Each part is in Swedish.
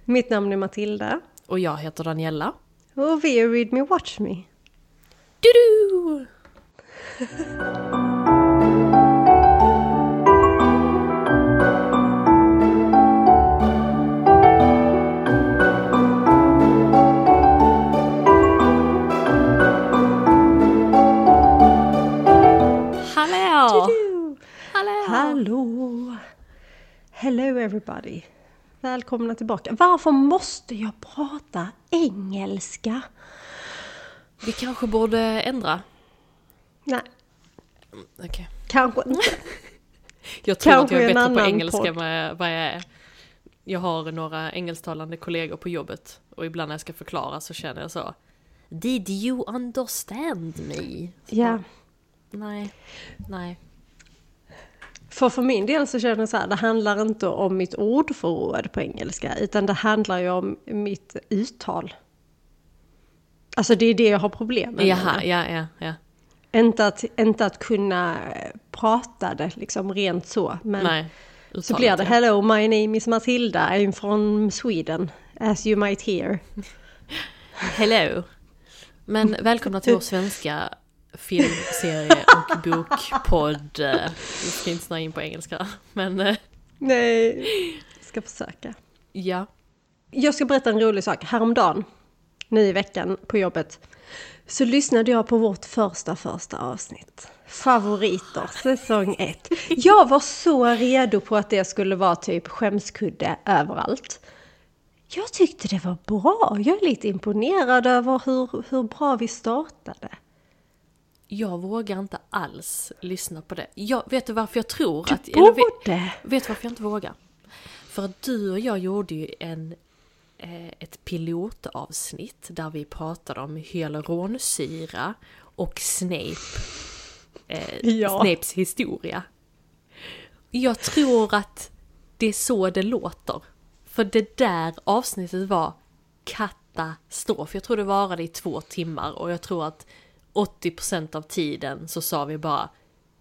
Mitt namn är Matilda. Och jag heter Daniela. Och vi är Read Me Watch Me. Du-du! Hallå! Hello everybody! Välkomna tillbaka. Varför måste jag prata engelska? Vi kanske borde ändra. Nej. Okay. Kanske inte. Jag tror kanske att jag är bättre på engelska podd. än vad jag är. Jag har några engelsktalande kollegor på jobbet. Och ibland när jag ska förklara så känner jag så. Did you understand me? Så, Ja. Nej. För min del så känner jag så här, det handlar inte om mitt ordförråd på engelska, utan det handlar ju om mitt uttal. Alltså det är det jag har problem med. Jaha, ja. Inte att kunna prata det liksom rent så, men Nej, så blir det hello, my name is Matilda, I'm from Sweden, as you might hear. Hello. Men välkomna till vår svenska filmserie och bokpodd. Vi ska inte snöa in på engelska, men... Nej, jag ska försöka. Ja. Jag ska berätta en rolig sak. Häromdagen, nu i veckan på jobbet, så lyssnade jag på vårt första avsnitt. Favoriter, säsong 1. Jag var så redo på att det skulle vara typ skämskudde överallt. Jag tyckte det var bra. Jag är lite imponerad över hur bra vi startade. Jag vågar inte alls lyssna på det. Vet du varför jag tror du att... Vet du varför jag inte vågar? För att du och jag gjorde ju ett pilotavsnitt där vi pratade om hyaluronsyra och Snapes historia. Jag tror att det är så det låter. För det där avsnittet var katastrof. Jag tror det varade i 2 timmar och jag tror att 80% av tiden så sa vi bara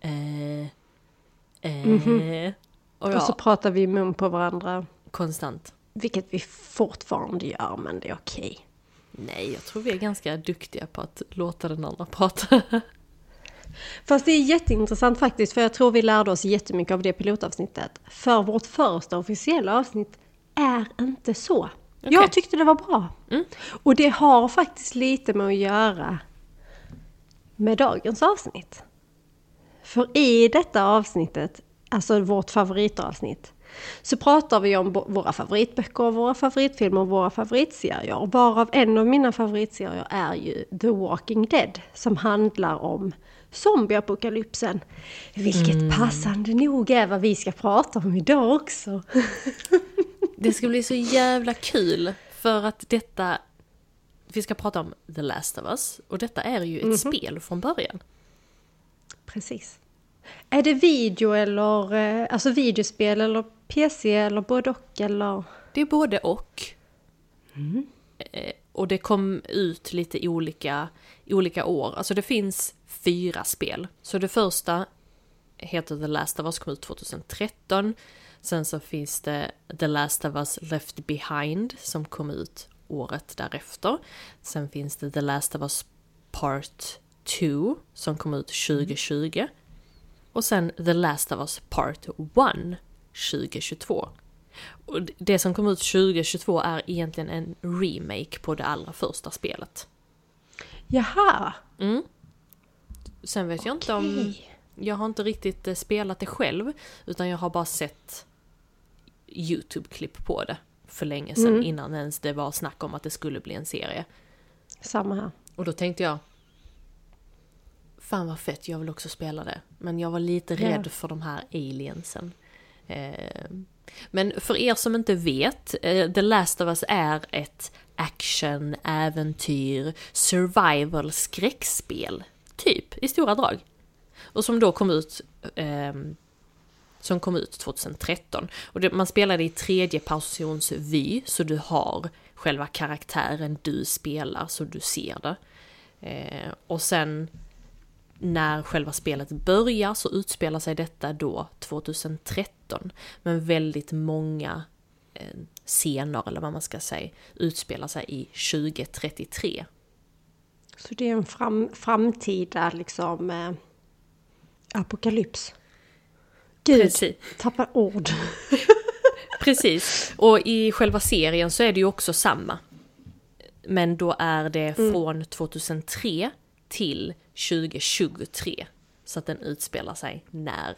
Och så pratar vi i mun på varandra. Konstant. Vilket vi fortfarande gör, men det är okej. Nej, jag tror vi är ganska duktiga på att låta den andra prata. Fast det är jätteintressant faktiskt, för jag tror vi lärde oss jättemycket av det pilotavsnittet. För vårt första officiella avsnitt är inte så. Okay. Jag tyckte det var bra. Mm. Och det har faktiskt lite med att göra med dagens avsnitt. För i detta avsnittet, alltså vårt favoritavsnitt, så pratar vi om våra favoritböcker, våra favoritfilmer och våra favoritserier. Varav en av mina favoritserier är ju The Walking Dead, som handlar om zombieapokalypsen. Vilket passande nog är vad vi ska prata om idag också. Det ska bli så jävla kul, för att vi ska prata om The Last of Us, och detta är ju ett spel från början. Precis. Är det video eller alltså videospel eller PC eller både och eller? Det är både och. Och det kom ut lite olika år. Alltså det finns 4 spel. Så det första heter The Last of Us, kom ut 2013. Sen så finns det The Last of Us Left Behind som kom ut året därefter. Sen finns det The Last of Us Part 2 som kom ut 2020. Och sen The Last of Us Part 1 2022. Och det som kom ut 2022 är egentligen en remake på det allra första spelet. Jaha. Sen vet jag inte om... Jag har inte riktigt spelat det själv, utan jag har bara sett YouTube-klipp på det för länge sedan, innan ens det var snack om att det skulle bli en serie. Samma här. Och då tänkte jag, fan vad fett, jag vill också spela det. Men jag var lite rädd för de här aliensen. Men för er som inte vet, The Last of Us är ett action, äventyr, survival, skräckspel. Typ, i stora drag. Och som då kom ut 2013. Och man spelade i 3:e persons vy, så du har själva karaktären du spelar, så du ser det. Och sen när själva spelet börjar så utspelar sig detta då 2013. Men väldigt många scener, eller vad man ska säga, utspelar sig i 2033. Så det är en framtida liksom apokalyps. Gud, Precis. tappar ord. Precis, och i själva serien så är det ju också samma. Men då är det från 2003 till 2023. Så att den utspelar sig när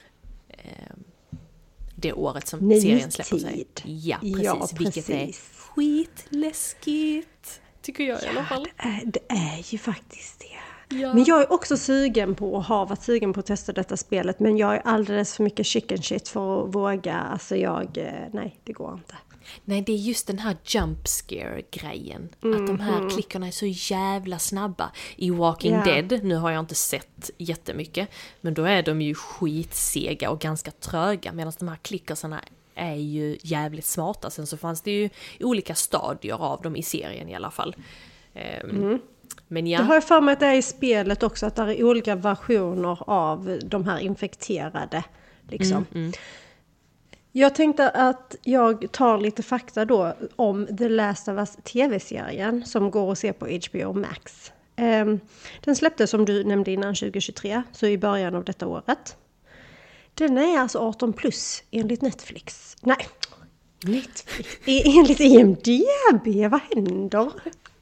det året som serien släpper sig. Ja, precis. Ja, precis. Vilket är skitläskigt, tycker jag i alla fall. Det är ju faktiskt det. Ja. Men jag är också sugen på och har varit sugen på att testa detta spelet. Men jag är alldeles för mycket chicken shit för att våga. Alltså nej, det går inte. Nej, det är just den här jump scare-grejen. Att de här klickarna är så jävla snabba. I Walking Dead, nu har jag inte sett jättemycket, men då är de ju skitsega och ganska tröga. Medan de här klickersarna är ju jävligt smarta. Sen så fanns det ju olika stadier av dem i serien i alla fall. Men ja. Jag har för mig att det är i spelet också, att det är olika versioner av de här infekterade. Liksom. Jag tänkte att jag tar lite fakta då om The Last of Us TV-serien som går att se på HBO Max. Den släpptes, som du nämnde innan, 2023, så i början av detta året. Den är alltså 18 plus enligt Netflix. Nej, Netflix. Enligt IMDb, vad händer?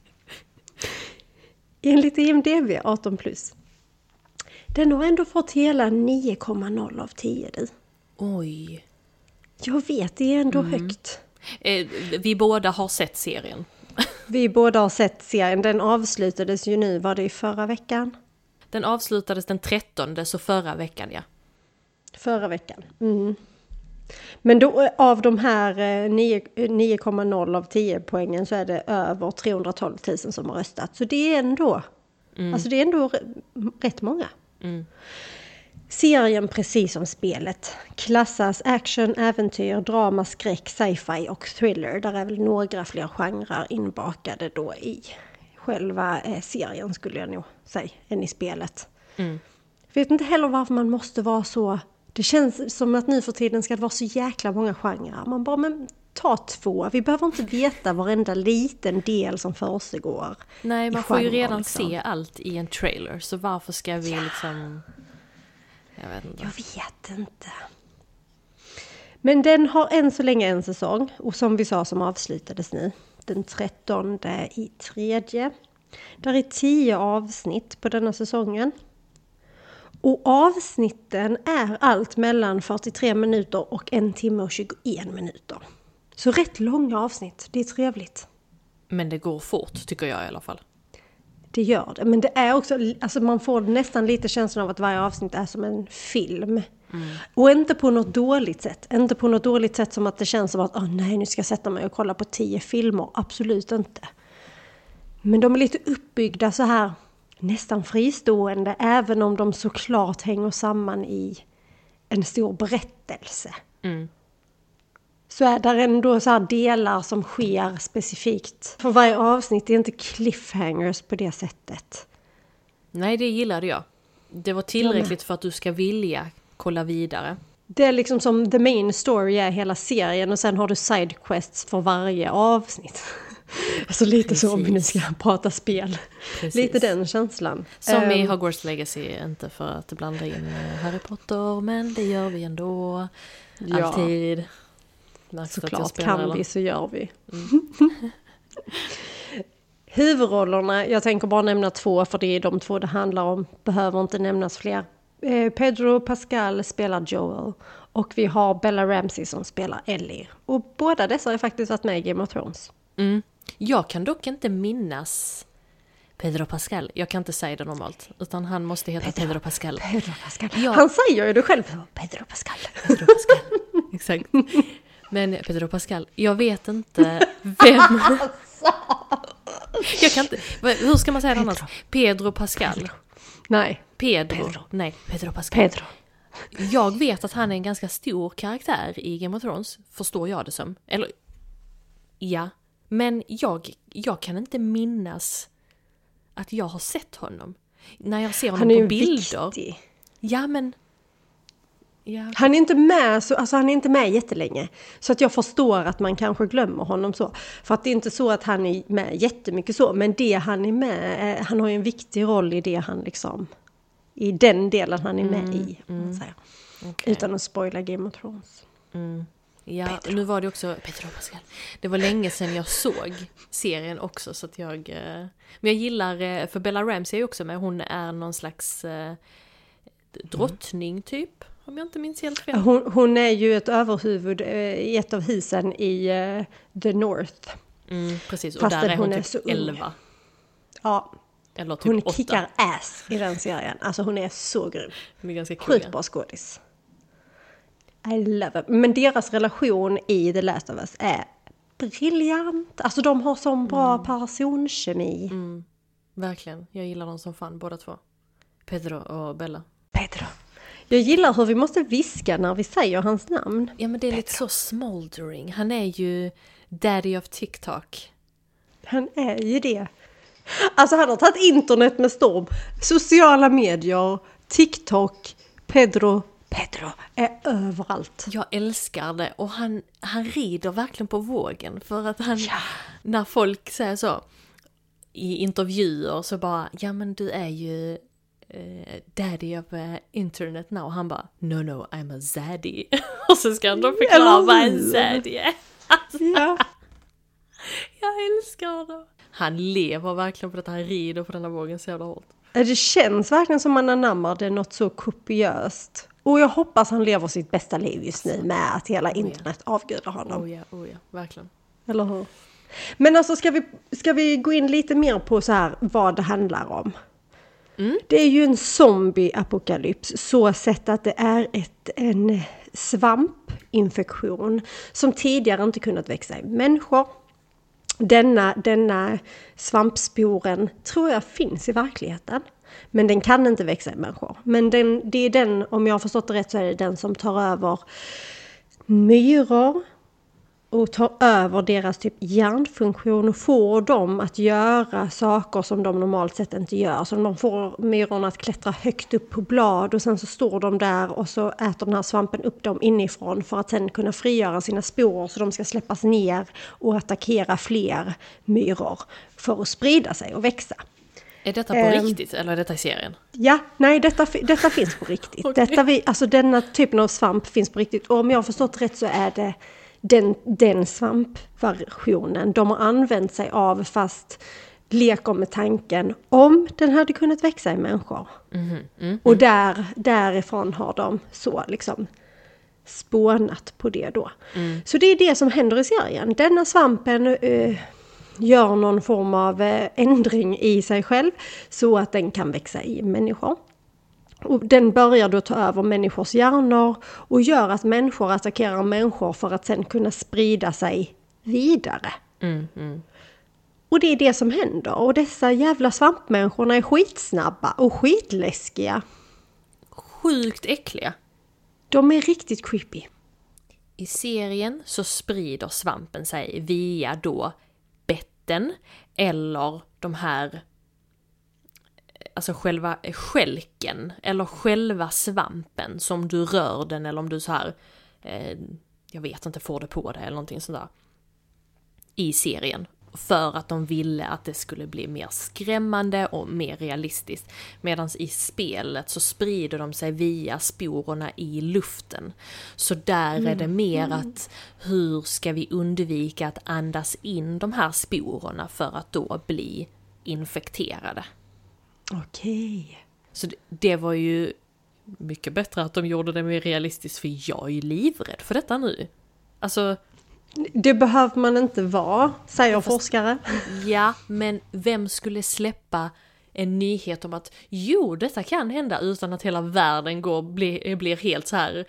Enligt IMDb 18 plus. Den har ändå fått hela 9,0 av 10. Oj. Jag vet, det är ändå högt. Vi båda har sett serien. Vi båda har sett serien. Den avslutades ju nu, var det i förra veckan? Den avslutades den 13, så förra veckan, ja. Förra veckan. Men då, av de här 9,0 av 10 poängen så är det över 312 000 som har röstat. Så det är ändå, alltså det är ändå rätt många. Serien, precis som spelet, klassas action, äventyr, drama, skräck, sci-fi och thriller. Där är väl några fler genrer inbakade då i själva serien, skulle jag nog säga, än i spelet. Jag vet inte heller varför man måste vara så. Det känns som att nu för tiden ska det vara så jäkla många genrer. Man bara, men ta 2. Vi behöver inte veta varenda liten del som försiggår. Nej, man får ju redan liksom se allt i en trailer. Så varför ska vi liksom... Jag vet inte. Men den har än så länge en säsong. Och som vi sa, som avslutades nu. Den 13/3. Där är 10 avsnitt på denna säsongen. Och avsnitten är allt mellan 43 minuter och 1 timme och 21 minuter. Så rätt långa avsnitt, det är trevligt. Men det går fort, tycker jag i alla fall. Det gör det, men det är också, alltså man får nästan lite känslan av att varje avsnitt är som en film. Och inte på något dåligt sätt. Inte på något dåligt sätt som att det känns som att nej, nu ska jag sätta mig och kolla på 10 filmer. Absolut inte. Men de är lite uppbyggda så här, nästan fristående, även om de såklart hänger samman i en stor berättelse. Så är där ändå så här delar som sker specifikt. För varje avsnitt är inte cliffhangers på det sättet. Nej, det gillade jag. Det var tillräckligt för att du ska vilja kolla vidare. Det är liksom som the main story är hela serien, och sen har du sidequests för varje avsnitt. Alltså lite så, om vi nu ska prata spel. Precis. Lite den känslan. Som i Hogwarts Legacy, inte för att blanda in Harry Potter, men det gör vi ändå. Alltid. Såklart kan vi, så gör vi. Huvudrollerna, jag tänker bara nämna 2, för det är de 2 det handlar om. Behöver inte nämnas fler. Pedro Pascal spelar Joel. Och vi har Bella Ramsey som spelar Ellie. Och båda dessa har faktiskt varit med i Game of Thrones. Jag kan dock inte minnas Pedro Pascal. Jag kan inte säga det normalt, utan han måste heta Pedro Pascal. Pedro Pascal. Ja. Han säger ju det själv. Pedro Pascal. Pedro Pascal. Exakt. Men Pedro Pascal, jag vet inte vem... Jag kan inte... Hur ska man säga det annars? Pedro Pascal. Pedro. Nej. Pedro. Nej, Pedro Pascal. Pedro. Jag vet att han är en ganska stor karaktär i Game of Thrones, förstår jag det som. Eller, ja. Men jag kan inte minnas att jag har sett honom. När jag ser honom på bilder. Viktig. Ja, men... Ja. Han är inte med han är inte med jättelänge. Så att jag förstår att man kanske glömmer honom så. För att det är inte så att han är med jättemycket så. Men det han är med, han har ju en viktig roll i det han liksom, i den delen han är med i. Om man säger. Okay. Utan att spoila Game of Thrones. Ja, Pedro. Nu var det också Pedro Pascal. Det var länge sedan jag såg serien också så att jag... Men jag gillar, för Bella Ramsey är också med. Hon är någon slags drottning typ. Om jag inte minns helt fel. Hon är ju ett överhuvud i ett av husen i The North. Precis, och där är hon typ 11. Ja, eller typ hon 8. kickar ass i den serien. Alltså hon är så grym. Hon är ganska kul. Sjukt bra skådis. I love it. Men deras relation i The Last of Us är briljant. Alltså de har sån bra personkemi. Verkligen, jag gillar dem som fan båda två. Pedro och Bella. Pedro. Jag gillar hur vi måste viska när vi säger hans namn. Ja, men det är lite så smoldering. Han är ju daddy of TikTok. Han är ju det. Alltså han har tagit internet med storm. Sociala medier, TikTok, Pedro är överallt. Jag älskar det. Och han rider verkligen på vågen. För att han, när folk säger så i intervjuer så bara, ja men du är ju daddy of internet now. Han bara, no, I'm a zaddy. Och så ska han då förklara vad en zaddy är. Alltså, jag älskar det. Han lever verkligen på att han rider på den här vågen så jävla hårt. Det känns verkligen som man anammar det något så kopiöst. Och jag hoppas han lever sitt bästa liv just nu med att hela internet avgudar honom. Oh ja, verkligen. Eller hur? Men alltså ska vi gå in lite mer på så här vad det handlar om? Det är ju en zombie-apokalyps så sett att det är en svampinfektion som tidigare inte kunnat växa i människor. Denna svampsporen tror jag finns i verkligheten. Men den kan inte växa i människor. Men det är den, om jag har förstått det rätt så är det den som tar över myror. Och tar över deras typ hjärnfunktion och får dem att göra saker som de normalt sett inte gör. Så de får myrorna att klättra högt upp på blad och sen så står de där och så äter den här svampen upp dem inifrån för att sen kunna frigöra sina sporer så de ska släppas ner och attackera fler myror för att sprida sig och växa. Är detta på riktigt eller är detta i serien? Ja, nej detta finns på riktigt. Okay. Denna typen av svamp finns på riktigt. Och om jag har förstått rätt så är det den svampversionen de har använt sig av fast leker med tanken om den hade kunnat växa i människor. Och därifrån har de så liksom spånat på det då. Så det är det som händer i serien. Denna svampen gör någon form av ändring i sig själv så att den kan växa i människor. Och den börjar då ta över människors hjärnor och gör att människor attackerar människor för att sen kunna sprida sig vidare. Och det är det som händer. Och dessa jävla svampmänniskorna är skitsnabba och skitläskiga. Sjukt äckliga. De är riktigt creepy. I serien så sprider svampen sig via då betten eller de här, alltså själva skälken eller själva svampen som du rör den eller om du så här, jag vet inte, får det på det eller någonting sånt där i serien. För att de ville att det skulle bli mer skrämmande och mer realistiskt. Medan i spelet så sprider de sig via sporerna i luften. Så där är det mer att hur ska vi undvika att andas in de här sporerna för att då bli infekterade. Okej. Så det var ju mycket bättre att de gjorde det mer realistiskt för jag är ju livrädd för detta nu. Alltså... Det behöver man inte vara, säger forskare. Ja, men vem skulle släppa en nyhet om att detta kan hända utan att hela världen blir helt så här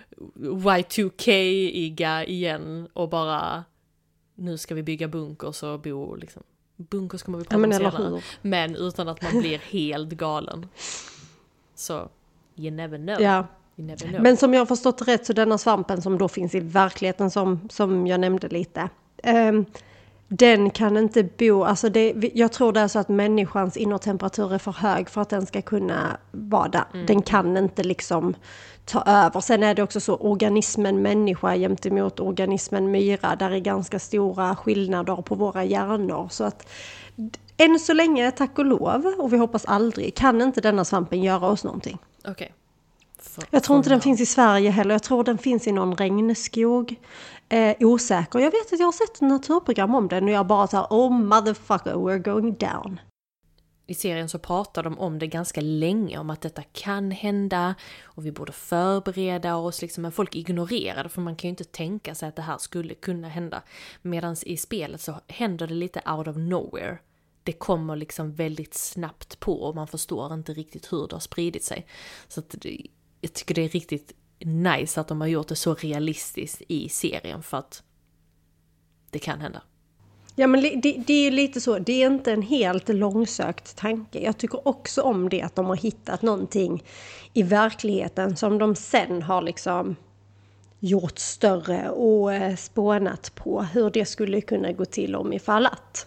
Y2K-iga igen och bara nu ska vi bygga bunkers och bo liksom. Bunkers kommer vi prata om senare. Men utan att man blir helt galen. Så, you never know. Ja. Men som jag har förstått rätt så denna svampen som då finns i verkligheten som jag nämnde lite. den kan inte bo, alltså jag tror det är så att människans innertemperatur är för hög för att den ska kunna vara där. Den kan inte liksom ta över. Sen är det också så, organismen människa gentemot organismen myra, där är ganska stora skillnader på våra hjärnor. Så att än så länge, tack och lov, och vi hoppas aldrig, kan inte denna svampen göra oss någonting. Okej. Jag tror inte den finns i Sverige heller. Jag tror den finns i någon regnskog. Osäker. Jag vet att jag har sett ett naturprogram om den och jag bara så här, oh motherfucker, we're going down. I serien så pratar de om det ganska länge, om att detta kan hända och vi borde förbereda oss liksom, men folk ignorerar det för man kan ju inte tänka sig att det här skulle kunna hända. Medan i spelet så händer det lite out of nowhere. Det kommer liksom väldigt snabbt på och man förstår inte riktigt hur det har spridit sig. Så att jag tycker det är riktigt nice att de har gjort det så realistiskt i serien för att det kan hända. Ja, men det är lite så, det är inte en helt långsökt tanke. Jag tycker också om det att de har hittat någonting i verkligheten som de sen har liksom gjort större och spånat på hur det skulle kunna gå till om ifall att.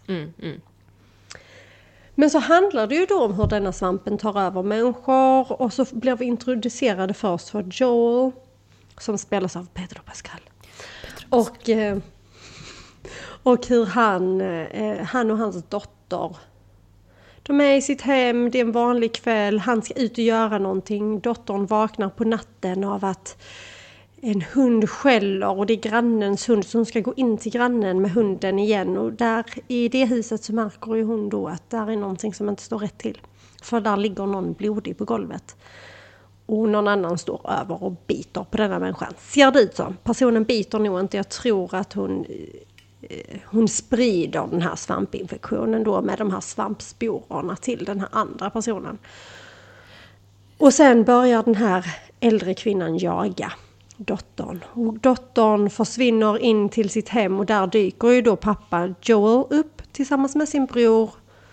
Men så handlar det ju då om hur denna svampen tar över människor och så blir vi introducerade först för Joel som spelas av Pedro Pascal. Och hur han och hans dotter, de är i sitt hem, det är en vanlig kväll, han ska ut och göra någonting. Dottern vaknar på natten av att en hund skäller och det är grannens hund som ska gå in till grannen med hunden igen. Och där i det huset så märker ju hon då att där är någonting som inte står rätt till. För där ligger någon blodig på golvet. Och någon annan står över och biter på denna människan. Ser det ut så? Personen biter nog inte. Jag tror att hon sprider den här svampinfektionen då med de här svampsporerna till den här andra personen. Och sen börjar den här äldre kvinnan jaga dottern. Och dottern försvinner in till sitt hem och där dyker ju då pappa Joel upp tillsammans med sin bror.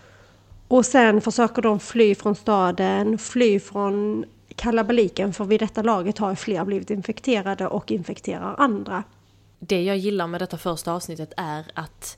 Och sen försöker de fly från staden, fly från kalabaliken, för vid detta laget har fler blivit infekterade och infekterar andra. Det jag gillar med detta första avsnittet är att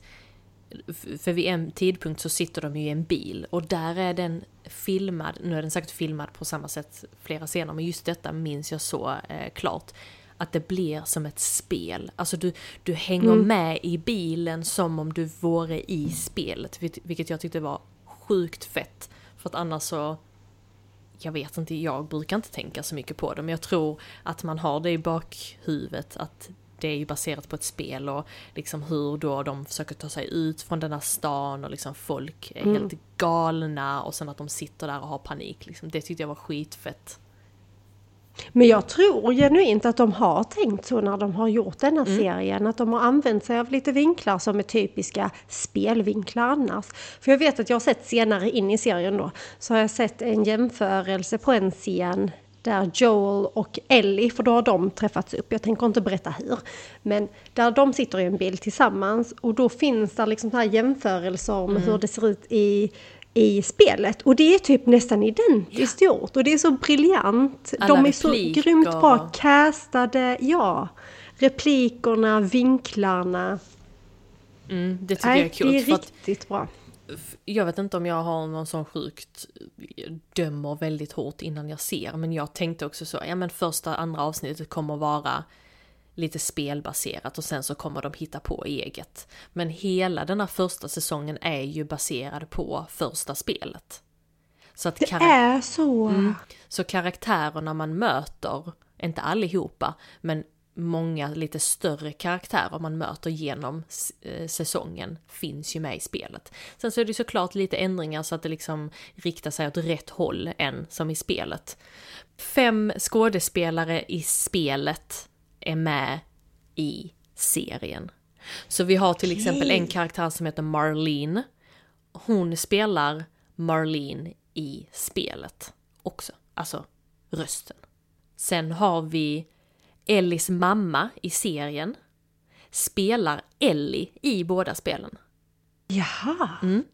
för vid en tidpunkt så sitter de ju i en bil och där är den filmad, nu är den säkert filmad på samma sätt flera scener, men just detta minns jag så klart, att det blir som ett spel. Alltså du hänger med i bilen som om du vore i spelet, vilket jag tyckte var sjukt fett, för att annars så, jag vet inte, jag brukar inte tänka så mycket på det, men jag tror att man har det i bakhuvudet att det är ju baserat på ett spel och liksom hur då de försöker ta sig ut från den här stan och liksom folk är helt galna och sen att de sitter där och har panik. Liksom. Det tyckte jag var skitfett. Men jag tror genuint att de har tänkt så när de har gjort denna serien. Att de har använt sig av lite vinklar som är typiska spelvinklar annars. För jag vet att jag har sett senare in i serien då, så har jag sett en jämförelse på en scen där Joel och Ellie, för då har de träffats upp, jag tänker inte berätta hur, men där de sitter i en bil tillsammans och då finns det liksom här jämförelser med hur det ser ut i spelet. Och det är typ nästan identiskt gjort och det är så briljant. Alla de är så grymt bra castade, ja. Replikerna, vinklarna. Det tycker jag är kul. Det är riktigt bra. Jag vet inte om jag har någon sån sjukt dömer väldigt hårt innan jag ser, men jag tänkte också så, ja men andra avsnittet kommer vara lite spelbaserat och sen så kommer de hitta på eget. Men hela den här första säsongen är ju baserad på första spelet. Så att det är så. Så karaktärerna man möter, inte allihopa, men många lite större karaktärer man möter genom säsongen finns ju med i spelet. Sen så är det såklart lite ändringar så att det liksom riktar sig åt rätt håll än som i spelet. 5 skådespelare i spelet är med i serien. Så vi har till exempel en karaktär som heter Marlene. Hon spelar Marlene i spelet också. Alltså rösten. Sen har vi Ellies mamma i serien. Spelar Ellie i båda spelen. Jaha.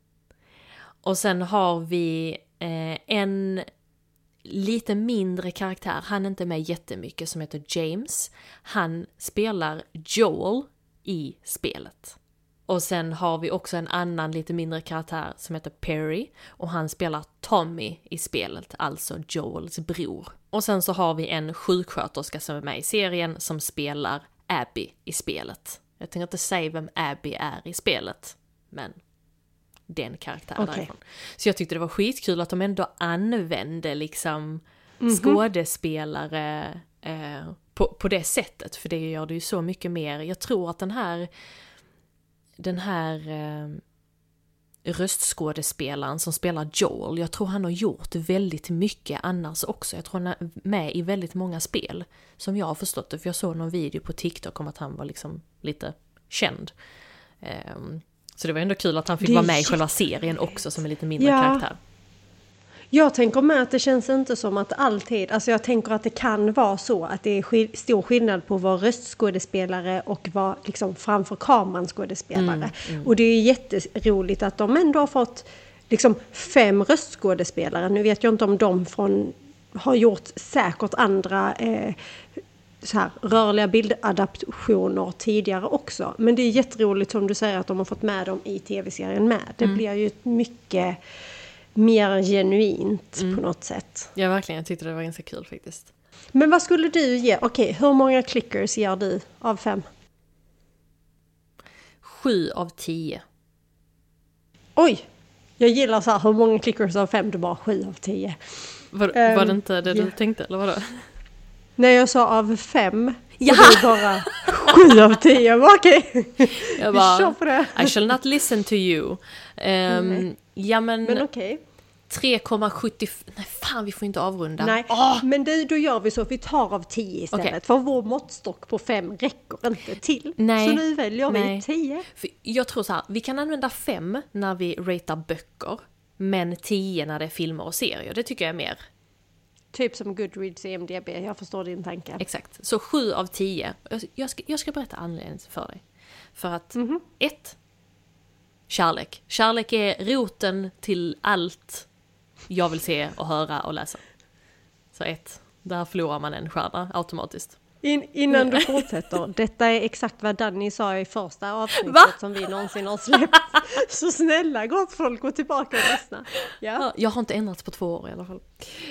Och sen har vi en lite mindre karaktär. Han är inte med jättemycket, som heter James. Han spelar Joel i spelet. Och sen har vi också en annan lite mindre karaktär som heter Perry. Och han spelar Tommy i spelet, alltså Joels bror. Och sen så har vi en sjuksköterska som är med i serien som spelar Abby i spelet. Jag tänker inte säga vem Abby är i spelet, men den karaktären därifrån. Så jag tyckte det var skitkul att de ändå använde liksom skådespelare på det sättet. För det gör det ju så mycket mer. Jag tror att den här röstskådespelaren som spelar Joel, jag tror han har gjort väldigt mycket annars också. Jag tror han är med i väldigt många spel, som jag har förstått det. För jag såg någon video på TikTok om att han var liksom lite känd. Så det var ändå kul att han fick vara med i själva serien också som en lite mindre karaktär. Jag tänker med att det känns inte som att alltid, alltså jag tänker att det kan vara så att det är stor skillnad på att vara röstskådespelare och vara liksom framför kameran skådespelare. Och det är jätteroligt att de ändå har fått liksom 5 röstskådespelare. Nu vet jag inte om de har gjort säkert andra så här, rörliga bildadaptioner tidigare också. Men det är jätteroligt som du säger att de har fått med dem i tv-serien med. Det blir ju mycket mer genuint på något sätt. Ja, verkligen. Jag tyckte det var ganska kul faktiskt. Men vad skulle du ge? Okej, hur många clickers ger du av 5? 7 av 10. Oj! Jag gillar så här, hur många clickers av 5? Du bara 7 av 10. Var det inte det du tänkte, eller vadå? När jag sa av 5, ja! Så det bara 7 av 10. Okej. Jag bara, kör på det. I shall not listen to you. Ja, men okej. 3,75. Nej, fan, vi får inte avrunda. Nej, men då gör vi så att vi tar av 10 istället. Okay. För vår måttstock på 5 räcker inte till. Nej. Så nu väljer vi 10. För jag tror så här, vi kan använda 5 när vi ratear böcker. Men 10 när det är filmer och serier. Det tycker jag är mer. Typ som Goodreads i MDB. Jag förstår din tanke. Exakt. Så 7 av 10. Jag ska berätta anledningen för dig. För att 1. Kärlek. Kärlek är roten till allt jag vill se och höra och läsa. Så 1. Där förlorar man en stjärna automatiskt. Innan du fortsätter. Detta är exakt vad Danny sa i första avsnittet som vi någonsin har släppt. Så snälla, gott folk, gå tillbaka och lyssna. Ja. Jag har inte ändrats på 2 år i alla fall.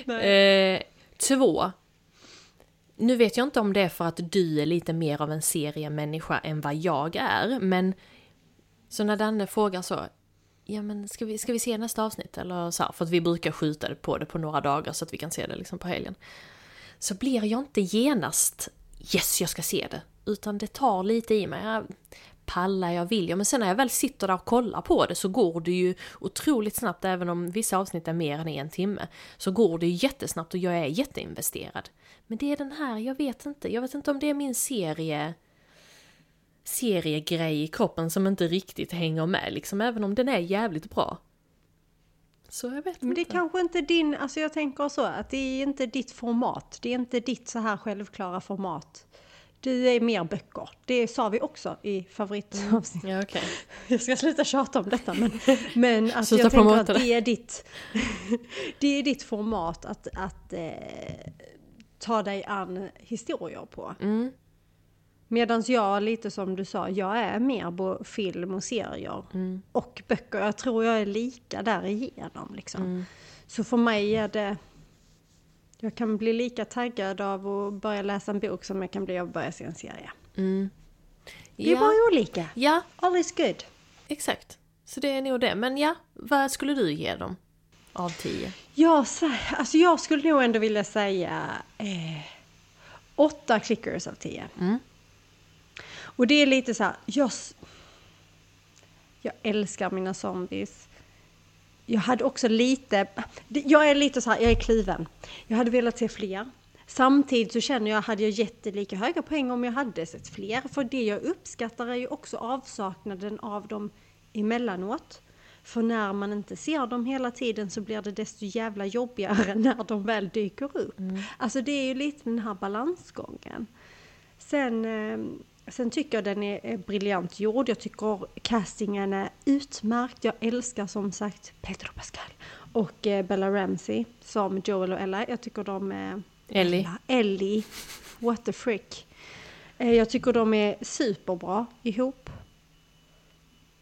2. Nu vet jag inte om det är för att du är lite mer av en seriemänniska än vad jag är. Men så när Danne frågar så, ja men ska vi se nästa avsnitt? Eller så här, för att vi brukar skjuta på det på några dagar så att vi kan se det liksom på helgen. Så blir jag inte genast, yes jag ska se det. Utan det tar lite i mig. Pallar jag vill jag. Men sen när jag väl sitter där och kollar på det så går det ju otroligt snabbt. Även om vissa avsnitt är mer än 1 timme. Så går det ju jättesnabbt och jag är jätteinvesterad. Men det är den här, jag vet inte om det är min seriegrej i kroppen som inte riktigt hänger med. Liksom, även om den är jävligt bra. Så jag vet inte. Men det är kanske inte din, alltså jag tänker så att det är inte ditt format. Det är inte ditt så här självklara format. Du är mer böcker. Det sa vi också i favoritavsnitt. Ja, okay. Jag ska sluta tjata om detta. Men alltså jag tänker att det är ditt format att ta dig an historier på. Medan jag, lite som du sa, jag är mer på film och serier och böcker. Jag tror jag är lika där igenom. Liksom. Så för mig är det... Jag kan bli lika taggad av att börja läsa en bok som jag kan bli av att börja se en serie. Det är bara olika. Ja. All is good. Exakt. Så det är nog det. Men ja, vad skulle du ge dem av 10? Jag skulle nog ändå vilja säga 8 clickers av 10. Och det är lite så här, jag älskar mina zombies. Jag hade också jag är lite så här, jag är kliven. Jag hade velat se fler. Samtidigt så känner jag, hade jag jättelika höga poäng om jag hade sett fler. För det jag uppskattar är ju också avsaknaden av dem emellanåt. För när man inte ser dem hela tiden så blir det desto jävla jobbigare när de väl dyker upp. Alltså det är ju lite den här balansgången. Sen tycker jag den är briljant gjord. Jag tycker castingen är utmärkt. Jag älskar som sagt Pedro Pascal och Bella Ramsey som Joel och Ella. Jag tycker de är... Ellie. What the frick. Jag tycker de är superbra ihop.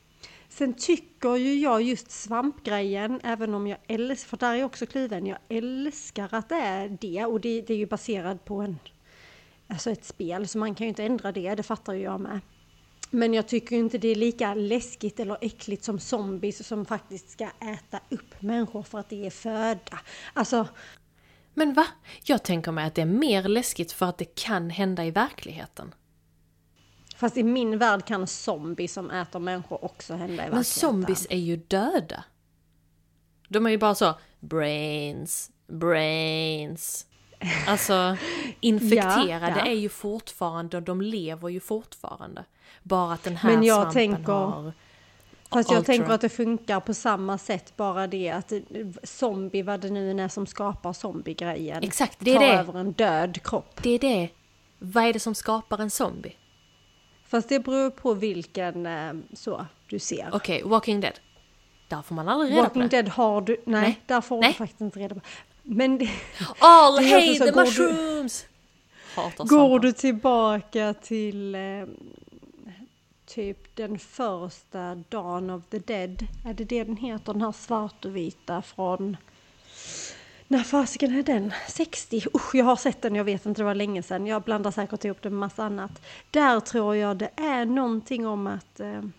Sen tycker ju jag just svampgrejen, även om jag älskar, för där är också kluven, jag älskar att det är det. Och det är ju baserat på ett spel, så man kan ju inte ändra det fattar ju jag med. Men jag tycker inte det är lika läskigt eller äckligt som zombies som faktiskt ska äta upp människor för att det är föda. Alltså... Men va? Jag tänker mig att det är mer läskigt för att det kan hända i verkligheten. Fast i min värld kan zombies som äter människor också hända i verkligheten. Men zombies är ju döda. De är ju bara så, brains. Alltså, infekterade är ju fortfarande, och de lever ju fortfarande. Bara att den här svampen har... Fast jag tänker att det funkar på samma sätt, bara det att zombie, vad det nu är som skapar zombie-grejen. Exakt, det är tar det. Över en död kropp. Det är det. Vad är det som skapar en zombie? Fast det beror på vilken du ser. Okej, Walking Dead. Där får man aldrig reda på det. Walking Dead har du... Nej, där får du faktiskt inte reda på. Men det, all hate the mushrooms! Går du tillbaka till... typ den första Dawn of the Dead. Är det den heter? Den här svart och vita från... När fasiken är den? 60? Jag har sett den, jag vet inte, det var länge sedan. Jag blandar säkert ihop det med massa annat. Där tror jag det är någonting om att...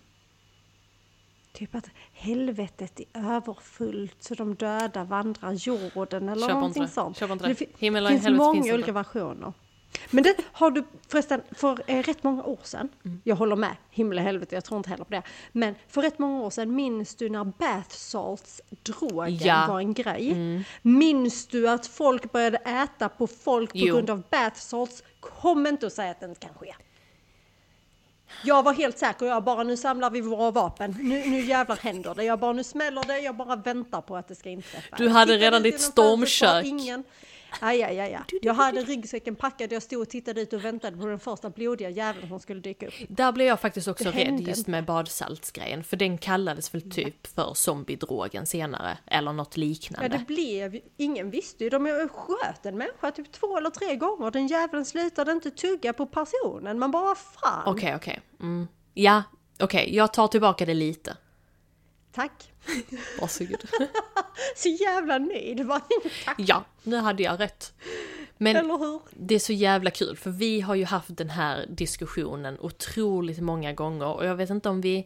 typ att helvetet är överfullt så de döda vandrar jorden eller någonting sånt. Det finns många olika versioner. Men det har du förresten för rätt många år sedan. Jag håller med, himmel och helvete, jag tror inte heller på det. Men för rätt många år sedan, minns du när bath salts-drogen var en grej? Minns du att folk började äta på folk på grund av bath salts? Kom inte och säga att det inte kan ske. Jag var helt säker, nu samlar vi våra vapen. Nu jävlar händer det. Nu smäller det, jag bara väntar på att det ska inträffa. Du hade redan ditt stormkök. Aj. Jag hade ryggsäcken packad, jag stod och tittade ut och väntade på den första blodiga jäveln som skulle dyka upp. Där blev jag faktiskt också rädd just med badsaltsgrejen, för den kallades väl typ för zombiedrogen senare, eller något liknande. Ja, det blev, ingen visste ju, de sköt en människa typ 2 eller 3 gånger, den jäveln slutade inte tugga på personen, man bara fan. Okej. Ja, jag tar tillbaka det lite. Tack. Varsågod. Så jävla nöjd. Tack. Ja, nu hade jag rätt. Men eller hur? Det är så jävla kul, för vi har ju haft den här diskussionen otroligt många gånger. Och jag vet inte om vi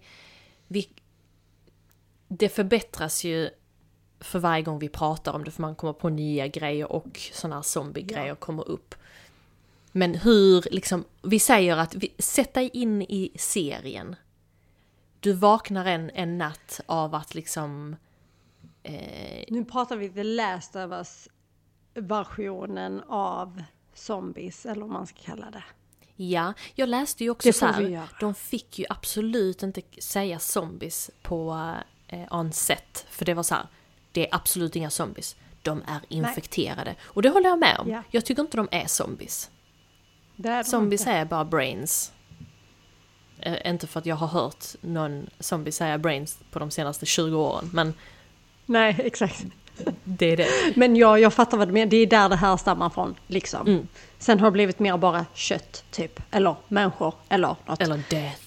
det förbättras ju för varje gång vi pratar om det, för man kommer på nya grejer och sådana här zombie-grejer kommer upp. Men hur, liksom, vi säger att sätt dig in i serien. Du vaknar en natt av att liksom... Nu pratar vi The Last of Us versionen av zombies, eller vad man ska kalla det. Ja, jag läste ju också så här, de fick ju absolut inte säga zombies på on set. För det var så här, det är absolut inga zombies. De är infekterade. Nej. Och det håller jag med om. Ja. Jag tycker inte de är zombies. Zombies är bara brains. Inte för att jag har hört någon zombie säga brains på de senaste 20 åren, men... Nej, exakt. Det är det. Men jag fattar vad du menar. Det är där det här stammar från, liksom. Sen har det blivit mer bara kött, typ. Eller människor, eller något. Eller death.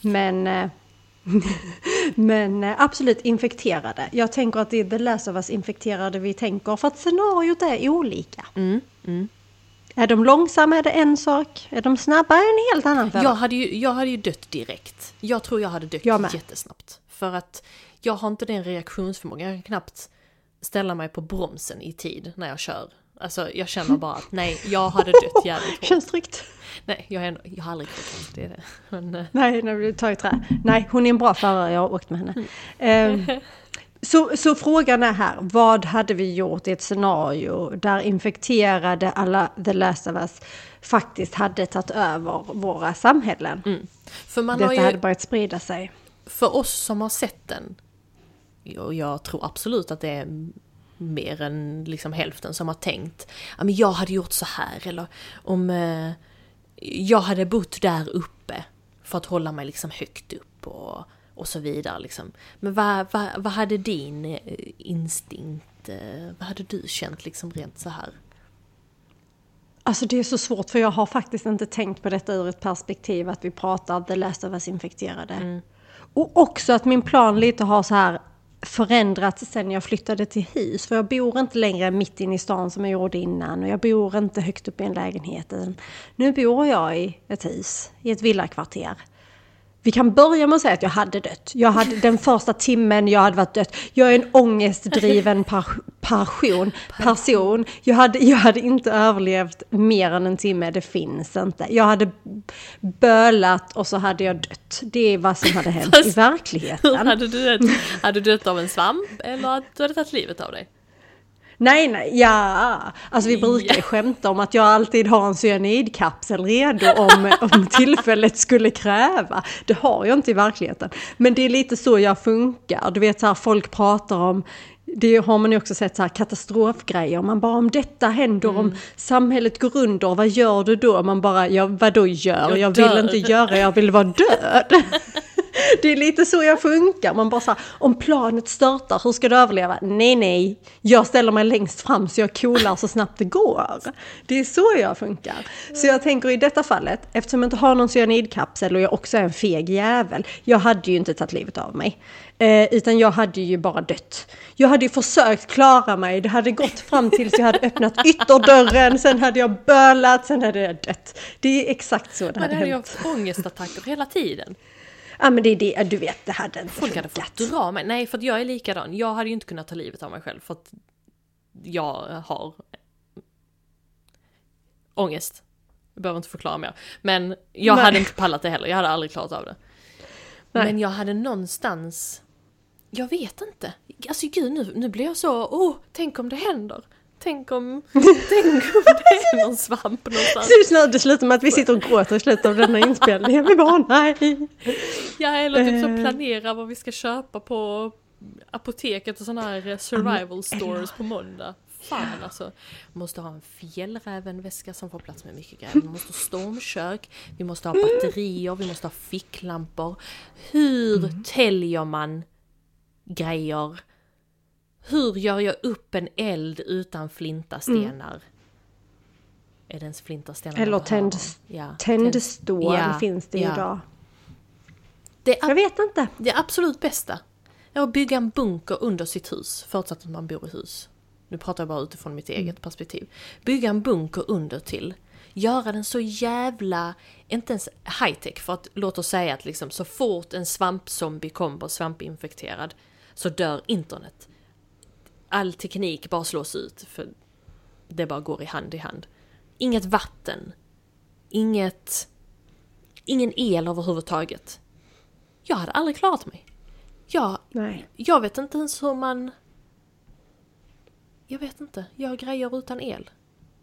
Men absolut infekterade. Jag tänker att det är The Last of Us infekterade vi tänker, för att scenariot är olika. Är de långsamma är det en sak. Är de snabba är en helt annan fråga. Jag hade ju dött direkt. Jag tror jag hade dött jättesnabbt. För att jag har inte den reaktionsförmågan. Jag kan knappt ställa mig på bromsen i tid när jag kör. Alltså jag känner bara att nej, jag hade dött jävligt hårt. Känns tryggt. Nej, jag har aldrig fått det. Är det. Men, nej, när du tar i trä. Nej, hon är en bra förare. Jag har åkt med henne. Så frågan är här, vad hade vi gjort i ett scenario där infekterade alla The Last of Us faktiskt hade tagit över våra samhällen? För detta hade börjat sprida sig. För oss som har sett den, och jag tror absolut att det är mer än liksom hälften som har tänkt, men jag hade gjort så här, eller om jag hade bott där uppe för att hålla mig liksom högt upp och så vidare liksom. Men vad hade din instinkt, vad hade du känt liksom rent så här? Alltså det är så svårt, för jag har faktiskt inte tänkt på detta ur ett perspektiv att vi pratar The Last of Us infekterade. Och också att min plan lite har så här förändrats sen jag flyttade till hus. För jag bor inte längre mitt inne i stan som jag gjorde innan. Och jag bor inte högt upp i en lägenhet. Nu bor jag i ett hus, i ett villakvarter. Vi kan börja med att säga att jag hade dött. Jag hade den första timmen jag hade varit dött. Jag är en ångestdriven person. Jag hade inte överlevt mer än en timme. Det finns inte. Jag hade bölat och så hade jag dött. Det är vad som hade hänt i verkligheten. Hade du dött av en svamp eller att du hade tagit livet av dig? Nej, ja. Alltså vi brukar ju skämta om att jag alltid har en cyanidkapsel redo om tillfället skulle kräva. Det har jag inte i verkligheten. Men det är lite så jag funkar. Du vet så här, folk pratar om, det har man ju också sett så här katastrofgrejer. Man bara, om detta händer, om samhället går under, vad gör du då? Man bara, vadå gör? Jag vill inte göra, jag vill vara död. Det är lite så jag funkar. Man bara så här, om planet störtar, hur ska du överleva? Nej. Jag ställer mig längst fram så jag coolar så snabbt det går. Det är så jag funkar. Så jag tänker i detta fallet, eftersom jag inte har någon cyanidkapsel och jag också är en feg jävel. Jag hade ju inte tagit livet av mig. Utan jag hade ju bara dött. Jag hade ju försökt klara mig. Det hade gått fram tills jag hade öppnat ytterdörren. Sen hade jag bölat, sen hade jag dött. Det är exakt så det hade hänt. Men hade jag haft ångestattacker hela tiden? Ja, men det är det, du vet, det hade inte folk hade fått dra mig. Nej, för att jag är likadan. Jag hade ju inte kunnat ta livet av mig själv för att jag har ångest. Jag behöver inte förklara mer. Men jag hade inte pallat det heller. Jag hade aldrig klarat av det. Nej. Men jag hade någonstans, jag vet inte. Alltså gud, nu blir jag så, tänk om det händer. Tänk om det är någon svamp någonstans. Det slutar med att vi sitter och gråter i slutet av denna inspelning. Vi bara, nej. Ja, eller typ så planera vad vi ska köpa på apoteket och sådana här survival stores på måndag. Fan alltså. Vi måste ha en fjällrävenväska som får plats med mycket grejer. Vi måste ha stormkök. Vi måste ha batterier. Vi måste ha ficklampor. Hur täljer man grejer? Hur gör jag upp en eld utan flintastenar? Är det ens flintastenar? Eller tändstål finns det idag. Jag vet inte. Det absolut bästa är att bygga en bunker under sitt hus. Förutsatt att man bor i hus. Nu pratar jag bara utifrån mitt eget perspektiv. Bygga en bunker under till. Göra den så jävla, inte ens high-tech. För att låt oss säga att liksom, så fort en svampzombie kommer svampinfekterad så dör internet. All teknik bara slås ut för det bara går i hand. Inget vatten. Ingen el överhuvudtaget. Jag hade aldrig klarat mig. Jag vet inte ens hur man... Jag vet inte. Jag grejer utan el.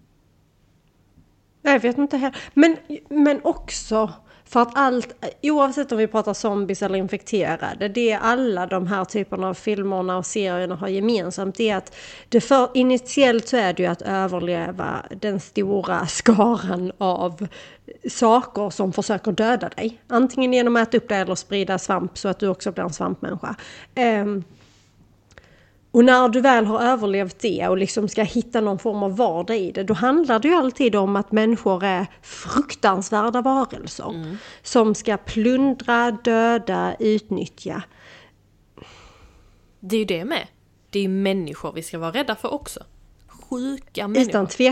Jag vet inte heller. Men också för att allt, oavsett om vi pratar zombies eller infekterade, det är alla de här typerna av filmerna och serierna har gemensamt. Det är att initiellt så är det ju att överleva den stora skaran av saker som försöker döda dig. Antingen genom att äta upp dig eller sprida svamp så att du också blir en svampmänniska. Och när du väl har överlevt det och liksom ska hitta någon form av vardag i det, då handlar det ju alltid om att människor är fruktansvärda varelser som ska plundra, döda, utnyttja. Det är ju det med. Det är ju människor vi ska vara rädda för också. Sjuka människor.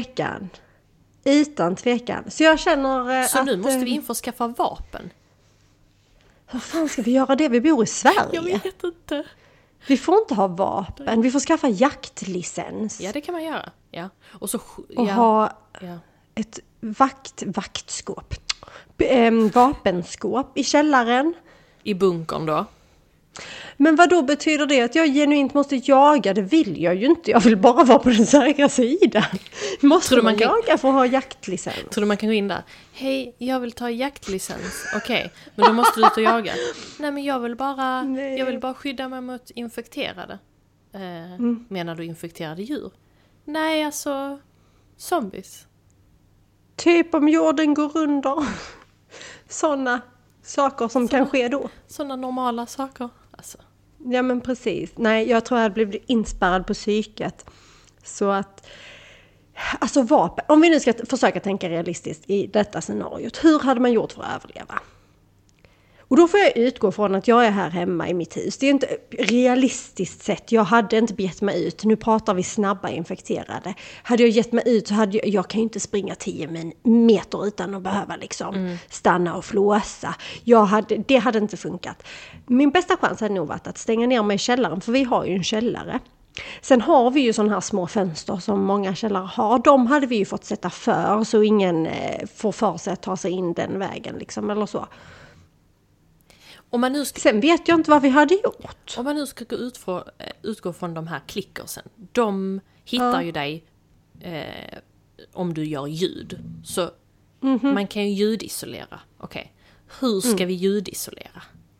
Utan tvekan. Så jag känner så nu måste vi införskaffa vapen. Hur fan ska vi göra det? Vi bor i Sverige. Jag vet inte. Vi får inte ha vapen. Vi får skaffa jaktlicens. Ja, det kan man göra. Ja. Och ha ett vaktskåp. Vapenskåp i källaren. I bunkern då? Men vad då betyder det att jag genuint måste jaga? Det vill jag ju inte. Jag vill bara vara på den säkra sidan. Måste man jaga för att ha jaktlicens? Tror du man kan gå in där? Hej, jag vill ta jaktlicens. Okej, men då måste du ut och jaga. Nej, men jag vill bara skydda mig mot infekterade. Menar du infekterade djur? Nej, alltså zombies. Typ om jorden går under. Sådana saker som kan ske då. Sådana normala saker. Alltså. Ja, men precis. Nej, jag tror jag hade blivit inspärrad på psyket. Så att, alltså vapen. Om vi nu ska försöka tänka realistiskt i detta scenariot. Hur hade man gjort för att överleva? Och då får jag utgå från att jag är här hemma i mitt hus. Det är inte realistiskt sett. Jag hade inte begett mig ut. Nu pratar vi snabba infekterade. Hade jag gett mig ut så hade jag kan ju inte springa 10 meter utan att behöva liksom stanna och flåsa. Det hade inte funkat. Min bästa chans hade nog varit att stänga ner mig i källaren, för vi har ju en källare. Sen har vi ju sådana här små fönster som många källare har. De hade vi ju fått sätta för så ingen får för sig att ta sig in den vägen liksom, eller så. Sen vet jag inte vad vi hade gjort. Om man nu ska utgå från de här klickersen. De hittar ju dig om du gör ljud. Så man kan ju ljudisolera. Okej. Hur ska vi ljudisolera?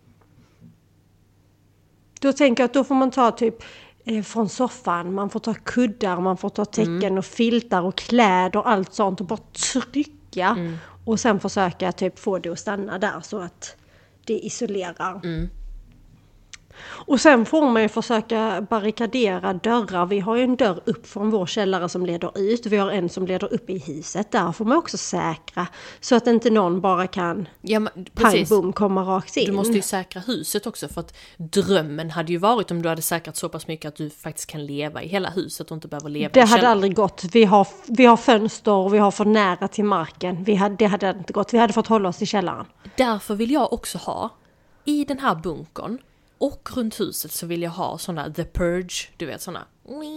Då tänker jag att då får man ta typ från soffan. Man får ta kuddar, man får ta täcken och filtar och kläder och allt sånt. Och bara trycka. Och sen försöka typ få det att stanna där så att det isolerar. Och sen får man ju försöka barrikadera dörrar. Vi har ju en dörr upp från vår källare som leder ut. Vi har en som leder upp i huset. Där får man också säkra. Så att inte någon bara kan pang, boom, komma rakt in. Du måste ju säkra huset också. För att drömmen hade ju varit om du hade säkrat så pass mycket att du faktiskt kan leva i hela huset och inte behöver leva i källaren. Det hade aldrig gått. Vi har fönster och vi har för nära till marken. Det hade inte gått. Vi hade fått hålla oss i källaren. Därför vill jag också ha i den här bunkern. Och runt huset så vill jag ha såna The Purge, du vet såna.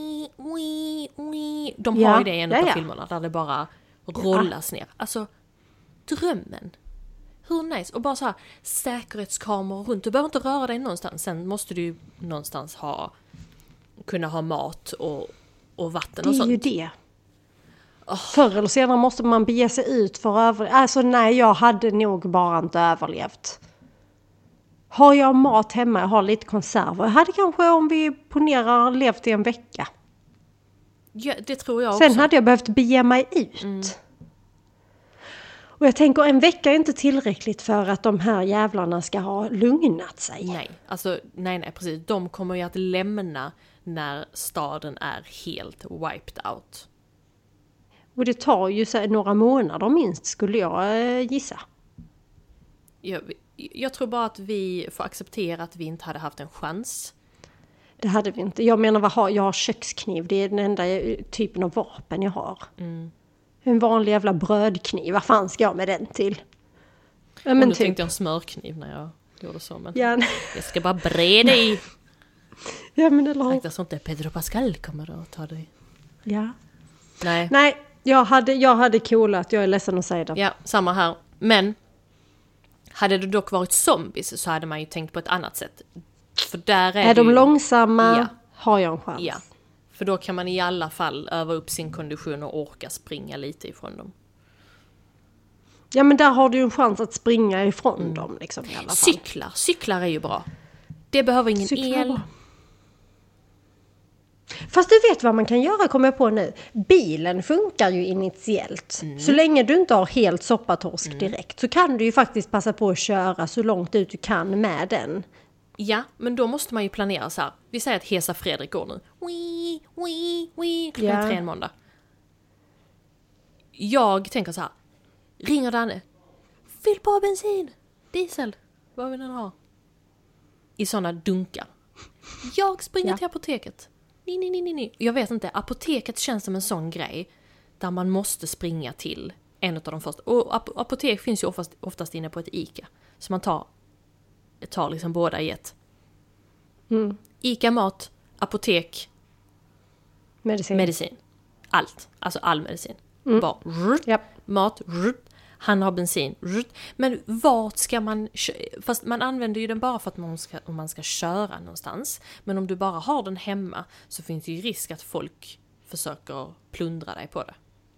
De har ju det i en av filmerna där det bara rollas ner. Alltså, drömmen. Hur nice. Och bara så här säkerhetskameror runt. Du behöver inte röra dig någonstans. Sen måste du ju någonstans kunna ha mat och vatten och sånt. Det är ju det. Förr eller senare måste man bege sig ut för att överleva. Alltså nej, jag hade nog bara inte överlevt. Har jag mat hemma, jag har lite konserver. Jag hade kanske, om vi ponerar, levt i en vecka. Ja, det tror jag också. Sen hade jag behövt bege mig ut. Och jag tänker, en vecka är inte tillräckligt för att de här jävlarna ska ha lugnat sig. Nej, alltså, nej, precis. De kommer ju att lämna när staden är helt wiped out. Och det tar ju några månader minst, skulle jag gissa. Jag tror bara att vi får acceptera att vi inte hade haft en chans. Det hade vi inte. Jag menar, jag har kökskniv. Det är den enda typen av vapen jag har. En vanlig jävla brödkniv. Vad fan ska jag med den till? Ja, men nu tänkte jag en smörkniv när jag gjorde så. Men jag ska bara breda i. Ja, men eller hur? Akta så inte Pedro Pascal kommer att ta dig. Ja. Nej, jag hade coolat. Jag är ledsen att säga det. Ja, samma här. Men hade det dock varit zombies så hade man ju tänkt på ett annat sätt. För där är de långsamma har jag en chans. Ja, för då kan man i alla fall öva upp sin kondition och orka springa lite ifrån dem. Ja, men där har du ju en chans att springa ifrån dem liksom, i alla fall. Cyklar är ju bra. Det behöver ingen el. Fast du vet vad man kan göra, kommer jag på nu. Bilen funkar ju initiellt. Så länge du inte har helt soppatorsk direkt så kan du ju faktiskt passa på att köra så långt ut du kan med den. Ja, men då måste man ju planera så här. Vi säger att Hesa Fredrik går nu. Klockan 3 en måndag. Jag tänker så här. Ringer Danne. Fyll på bensin. Diesel. Vad vill den ha? I sådana dunkar. Jag springer till apoteket. Nej. Jag vet inte, apoteket känns som en sån grej där man måste springa till en av de första. Och apotek finns ju oftast inne på ett ICA. Så man tar liksom båda i ett. ICA mat, apotek, medicin. Allt. Alltså all medicin. Bara mat, han har bensin. Men vart ska man... Fast man använder ju den bara för att om man ska köra någonstans. Men om du bara har den hemma så finns det ju risk att folk försöker plundra dig på det.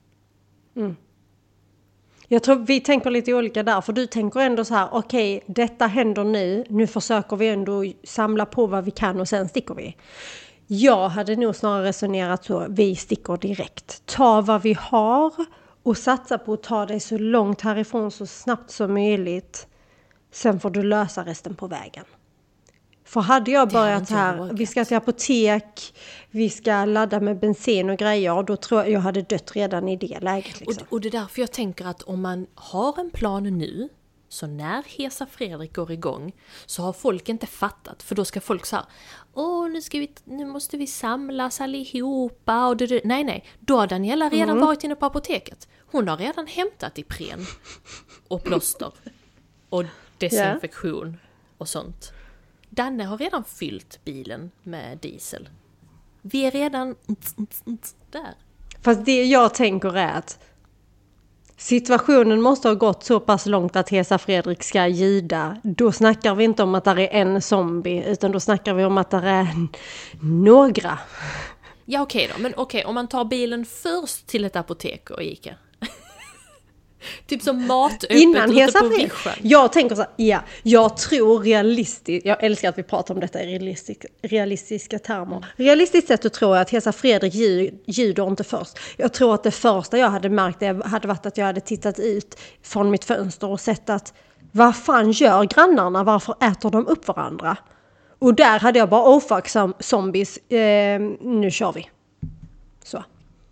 Jag tror vi tänker lite olika där. För du tänker ändå så här, okej, detta händer nu. Nu försöker vi ändå samla på vad vi kan och sen sticker vi. Jag hade nog snarare resonerat så, vi sticker direkt. Ta vad vi har och satsa på att ta dig så långt härifrån så snabbt som möjligt. Sen får du lösa resten på vägen. För hade jag börjat här, vi ska till apotek, vi ska ladda med bensin och grejer, då tror jag hade dött redan i det läget. Liksom. Och det är därför jag tänker att om man har en plan nu Så när Hesa Fredrik går igång så har folk inte fattat. För då ska folk så här, nu måste vi samlas allihopa. Och nej. Då har Daniela redan varit inne på apoteket. Hon har redan hämtat Ipren och plåster och desinfektion och sånt. Danne har redan fyllt bilen med diesel. Vi är redan där. Fast det jag tänker är att situationen måste ha gått så pass långt att Hesa Fredrik ska ljuda. Då snackar vi inte om att det är en zombie, utan då snackar vi om att det är några. Ja, okej då. Men okej, om man tar bilen först till ett apotek och Ica. Typ som matöppet innan ute Hesa på Fredrik. vischan. Jag tänker så här, jag tror realistiskt, jag älskar att vi pratar om detta i realistiska termer. Realistiskt sett så tror jag att Hesa Fredrik ljuder inte först. Jag tror att det första jag hade märkt hade varit att jag hade tittat ut från mitt fönster och sett att vad fan gör grannarna? Varför äter de upp varandra? Och där hade jag bara, fuck zombies, nu kör vi. Så.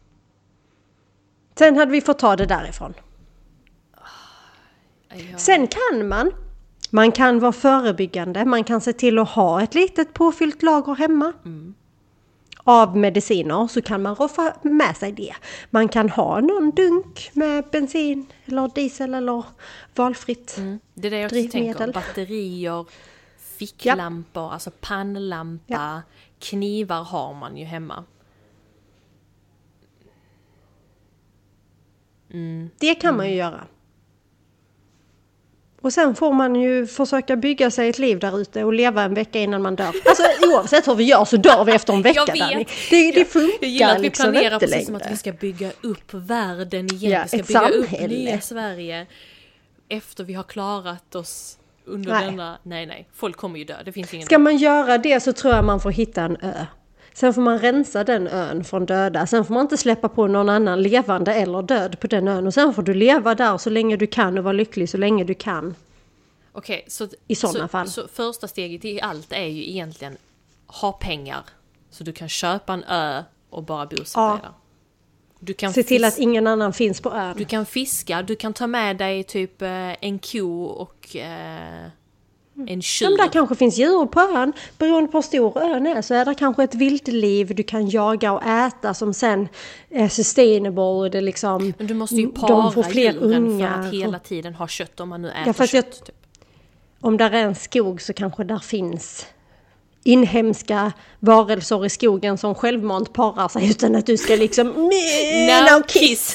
Sen hade vi fått ta det därifrån. Sen kan man kan vara förebyggande, man kan se till att ha ett litet påfyllt lager hemma av mediciner, så kan man roffa med sig det. Man kan ha någon dunk med bensin eller diesel eller valfritt Det är det jag också tänker, batterier, ficklampor, alltså pannlampa, knivar har man ju hemma. Det kan man ju göra. Och sen får man ju försöka bygga sig ett liv där ute och leva en vecka innan man dör. Alltså oavsett hur vi gör så dör vi efter en vecka. Det funkar. Jag gillar att vi liksom planerar precis som att vi ska bygga upp världen igen. Ja, vi ska bygga samhälle. upp nya Sverige efter vi har klarat oss under denna... Nej, folk kommer ju dö. Det finns ingen... Ska man göra det så tror jag man får hitta en ö. Sen får man rensa den ön från döda. Sen får man inte släppa på någon annan levande eller död på den ön. Och sen får du leva där så länge du kan och vara lycklig så länge du kan. Okej, så i sådana fall. Så första steget i allt är ju egentligen ha pengar. Så du kan köpa en ö och bara bosätta dig där. Du kan se till att ingen annan finns på ön. Du kan fiska, du kan ta med dig typ en ko och... en tjur. Ja, där kanske finns djur på ön. Beroende på hur stor ön är så är det kanske ett vildliv du kan jaga och äta som sen är sustainable. Det liksom, men du måste ju para får fler djuren ungar för att hela tiden ha kött om man nu äter kött. Typ. Om där är en skog så kanske där finns inhemska varelser i skogen som självmant parar sig utan att du ska liksom no kiss.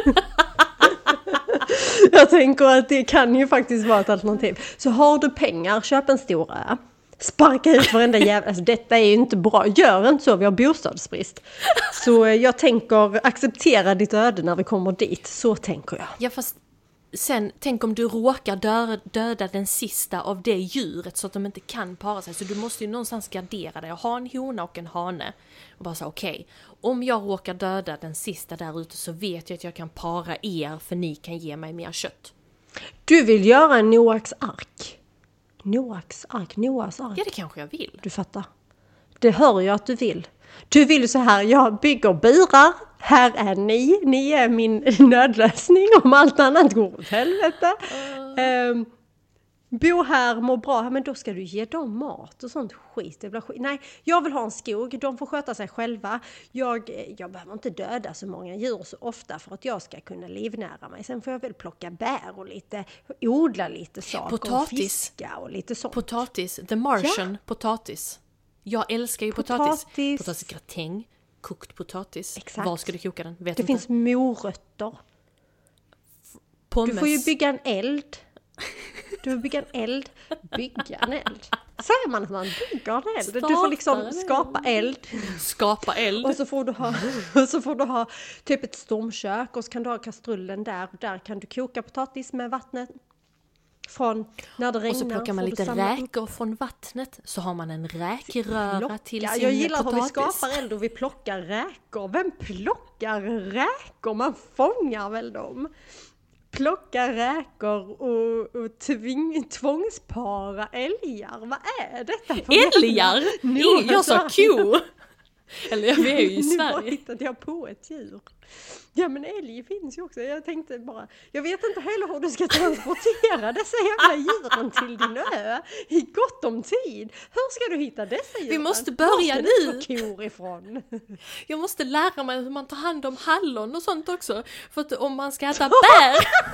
Jag tänker att det kan ju faktiskt vara ett alternativ. Så har du pengar, köp en stor ö. Sparka ut varenda jävla... Alltså, detta är ju inte bra. Gör inte så, vi har bostadsbrist. Så jag tänker acceptera ditt öde när vi kommer dit. Så tänker jag. Ja, fast sen, tänk om du råkar döda den sista av det djuret så att de inte kan para sig. Så du måste ju någonstans gardera dig och ha en hona och en hane. Och bara säga, okej, om jag råkar döda den sista där ute så vet jag att jag kan para er för ni kan ge mig mer kött. Du vill göra en Noaks ark. Noaks ark. Ja, det kanske jag vill. Du fattar. Det hör jag att du vill. Du vill så här, jag bygger burar. Här är ni. Ni är min nödlösning om allt annat går åt helvete. Bo här, må bra. Men då ska du ge dem mat och sånt skit. Det blir skit. Nej, jag vill ha en skog. De får sköta sig själva. Jag behöver inte döda så många djur så ofta för att jag ska kunna livnära mig. Sen får jag väl plocka bär och odla lite saker. Potatis. Och fiska och lite sånt. Potatis. The Martian potatis. Jag älskar ju potatis. Potatisgratäng. Kokt potatis. Exakt. Var ska du koka den? Vet det inte. Finns morötter. Pommes. Du får ju bygga en eld. Bygga en eld. Säger man att man bygger en eld? Du får liksom skapa eld. Skapa eld. Och så får du ha typ ett stormkök. Och så kan du ha kastrullen där. Och där kan du koka potatis med vattnet. Från när det regnar. Och så plockar man lite räkor från vattnet. Så har man en räkröra till sin potatis. Jag gillar hur vi skapar eld och vi plockar räkor. Vem plockar räkor? Man fångar väl dem? Plocka räkor och tvångspara älgar. Vad är detta för älgar? Jag sa ko! Eller ja, vi är ju i Nu bara Sverige. hittade jag på ett djur. Ja, men älg finns ju också. Jag tänkte bara, jag vet inte heller hur du ska transportera dessa jävla djuren till din ö i gott om tid. Hur ska du hitta dessa djuren? Vi måste börja nu. nu. Kor ifrån. Jag måste lära mig hur man tar hand om hallon och sånt också. För att om man ska äta bär...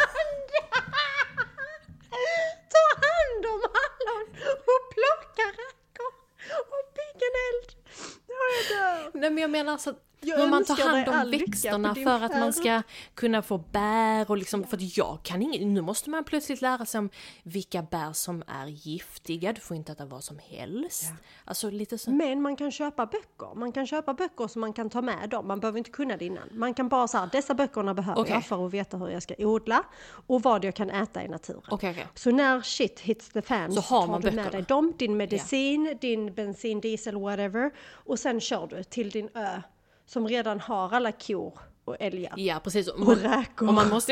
Ta hand om hallon och plocka räkor och bygga en eld. Jag dör. Nej, men jag menar alltså Jag hur man tar önskar dig hand om all lycka växterna på din för att man färd. ska kunna få bär och liksom, för att jag kan ingen, nu måste man plötsligt lära sig om vilka bär som är giftiga, du får inte äta vad som helst. Ja. Alltså lite så. Men man kan köpa böcker. Man kan köpa böcker som man kan ta med dem. Man behöver inte kunna det innan. Man kan bara säga, dessa böckerna behöver Okej. jag för att veta hur jag ska odla och vad jag kan äta i naturen. Okej. Så när shit hits the fan Så har man tar du med böckerna. dig dem, din medicin, din bensin, diesel, whatever. Och sen kör du till din ö som redan har alla kor och älgar. Ja, precis. Och räkor. Och man måste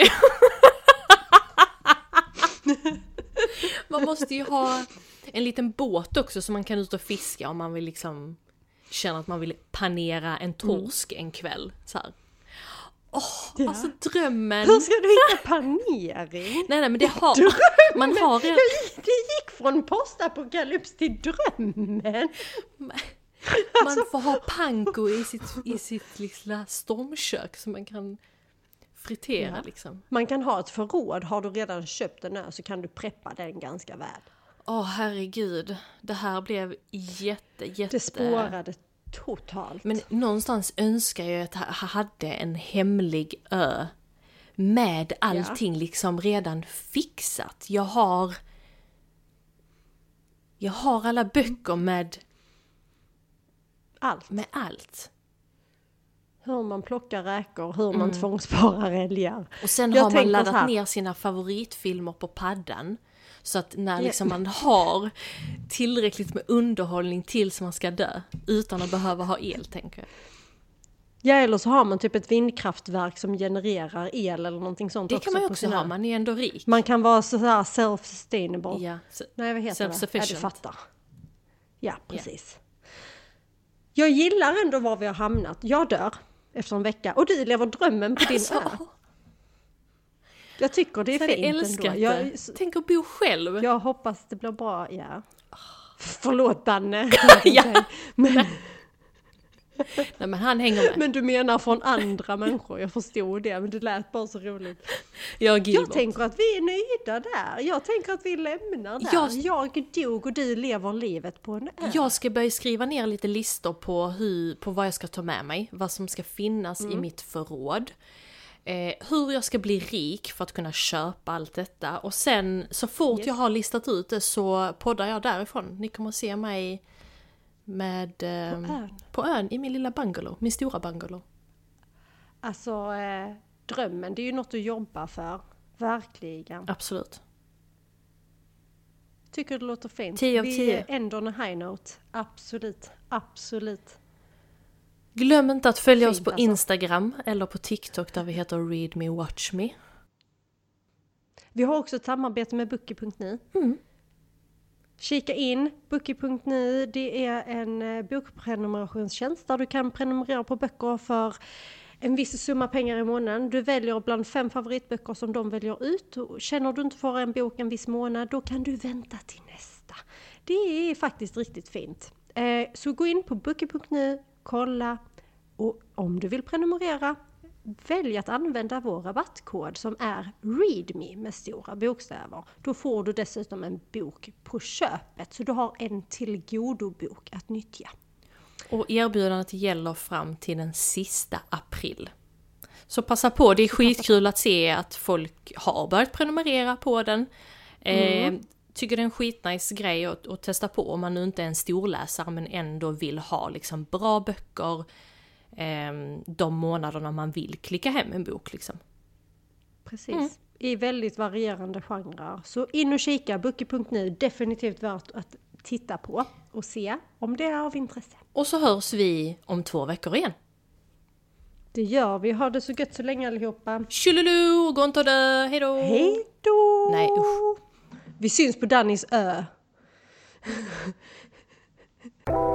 man måste ju ha en liten båt också så man kan ut och fiska om man vill liksom känna att man vill panera en torsk en kväll. Så här. Ja. Alltså drömmen. Hur ska du hitta panering? Nej, men det har man har redan. Det gick från postapokalyps till drömmen. Man får ha panko i sitt lilla stormkök som man kan fritera liksom. Man kan ha ett förråd. Har du redan köpt en ö så kan du preppa den ganska väl. Herregud. Det här blev jätte... Det spårade totalt. Men någonstans önskar jag att jag hade en hemlig ö med allting liksom redan fixat. Jag har alla böcker med allt. Hur man plockar räkor, hur man tvångssparar älgar. Och sen har man laddat ner sina favoritfilmer på paddan. Så att när liksom man har tillräckligt med underhållning tills man ska dö. Utan att behöva ha el, tänker jag. Ja, eller så har man typ ett vindkraftverk som genererar el eller någonting sånt. Det kan man ju också ha, man är ändå rik. Man kan vara så här self-sustainable. Ja, Nej, vad heter det? self-sufficient. Ja, du fattar. Ja, precis. Jag gillar ändå var vi har hamnat. Jag dör efter en vecka. Och du lever drömmen på din ö. Jag tycker det är fint ändå. Tänk att bo själv. Jag hoppas det blir bra, ja. Förlåt Danne. Ja. Nej, men han hänger med. Men du menar från andra människor, jag förstod det. Men det lät bara så roligt. Jag tänker att vi är nöjda där. Jag tänker att vi lämnar där. Jag dog och du lever livet på en ö. Jag ska börja skriva ner lite listor på vad jag ska ta med mig. Vad som ska finnas i mitt förråd. Hur jag ska bli rik för att kunna köpa allt detta. Och sen så fort jag har listat ut det så poddar jag därifrån. Ni kommer att se mig med på ön i min lilla bungalow. Min stora bungalow. Alltså drömmen, det är ju något att jobba för. Verkligen. Absolut. Tycker det låter fint. 10 av 10. Vi är ändå on a high note. Absolut. Absolut. Glöm inte att följa Fint, oss på alltså. Instagram eller på TikTok där vi heter Read Me Watch Me. Vi har också ett samarbete med Bookie.nu. Kika in Bookie.nu. Det är en bokprenumerationstjänst där du kan prenumerera på böcker för en viss summa pengar i månaden. Du väljer bland 5 favoritböcker som de väljer ut. Och känner du inte för en bok en viss månad, då kan du vänta till nästa. Det är faktiskt riktigt fint. Så gå in på Bookie.nu, kolla, och om du vill prenumerera, välj att använda vår rabattkod som är README med stora bokstäver. Då får du dessutom en bok på köpet, så du har en tillgodobok att nyttja. Och erbjudandet gäller fram till den sista april. Så passa på, det är skitkul att se att folk har börjat prenumerera på den. Tycker det är en skitnice grej att testa på om man nu inte är en storläsare men ändå vill ha liksom bra böcker de månaderna man vill klicka hem en bok liksom. Precis. I väldigt varierande genrer. Så in och kika, Bookie.nu, definitivt värt att titta på och se om det är av intresse. Och så hörs vi om 2 veckor igen. Det gör vi. Ha det så gött så länge allihopa. Tjolulu, gå inte dö, hejdå! Hejdå! Nej, usch. Vi syns på Dannys ö.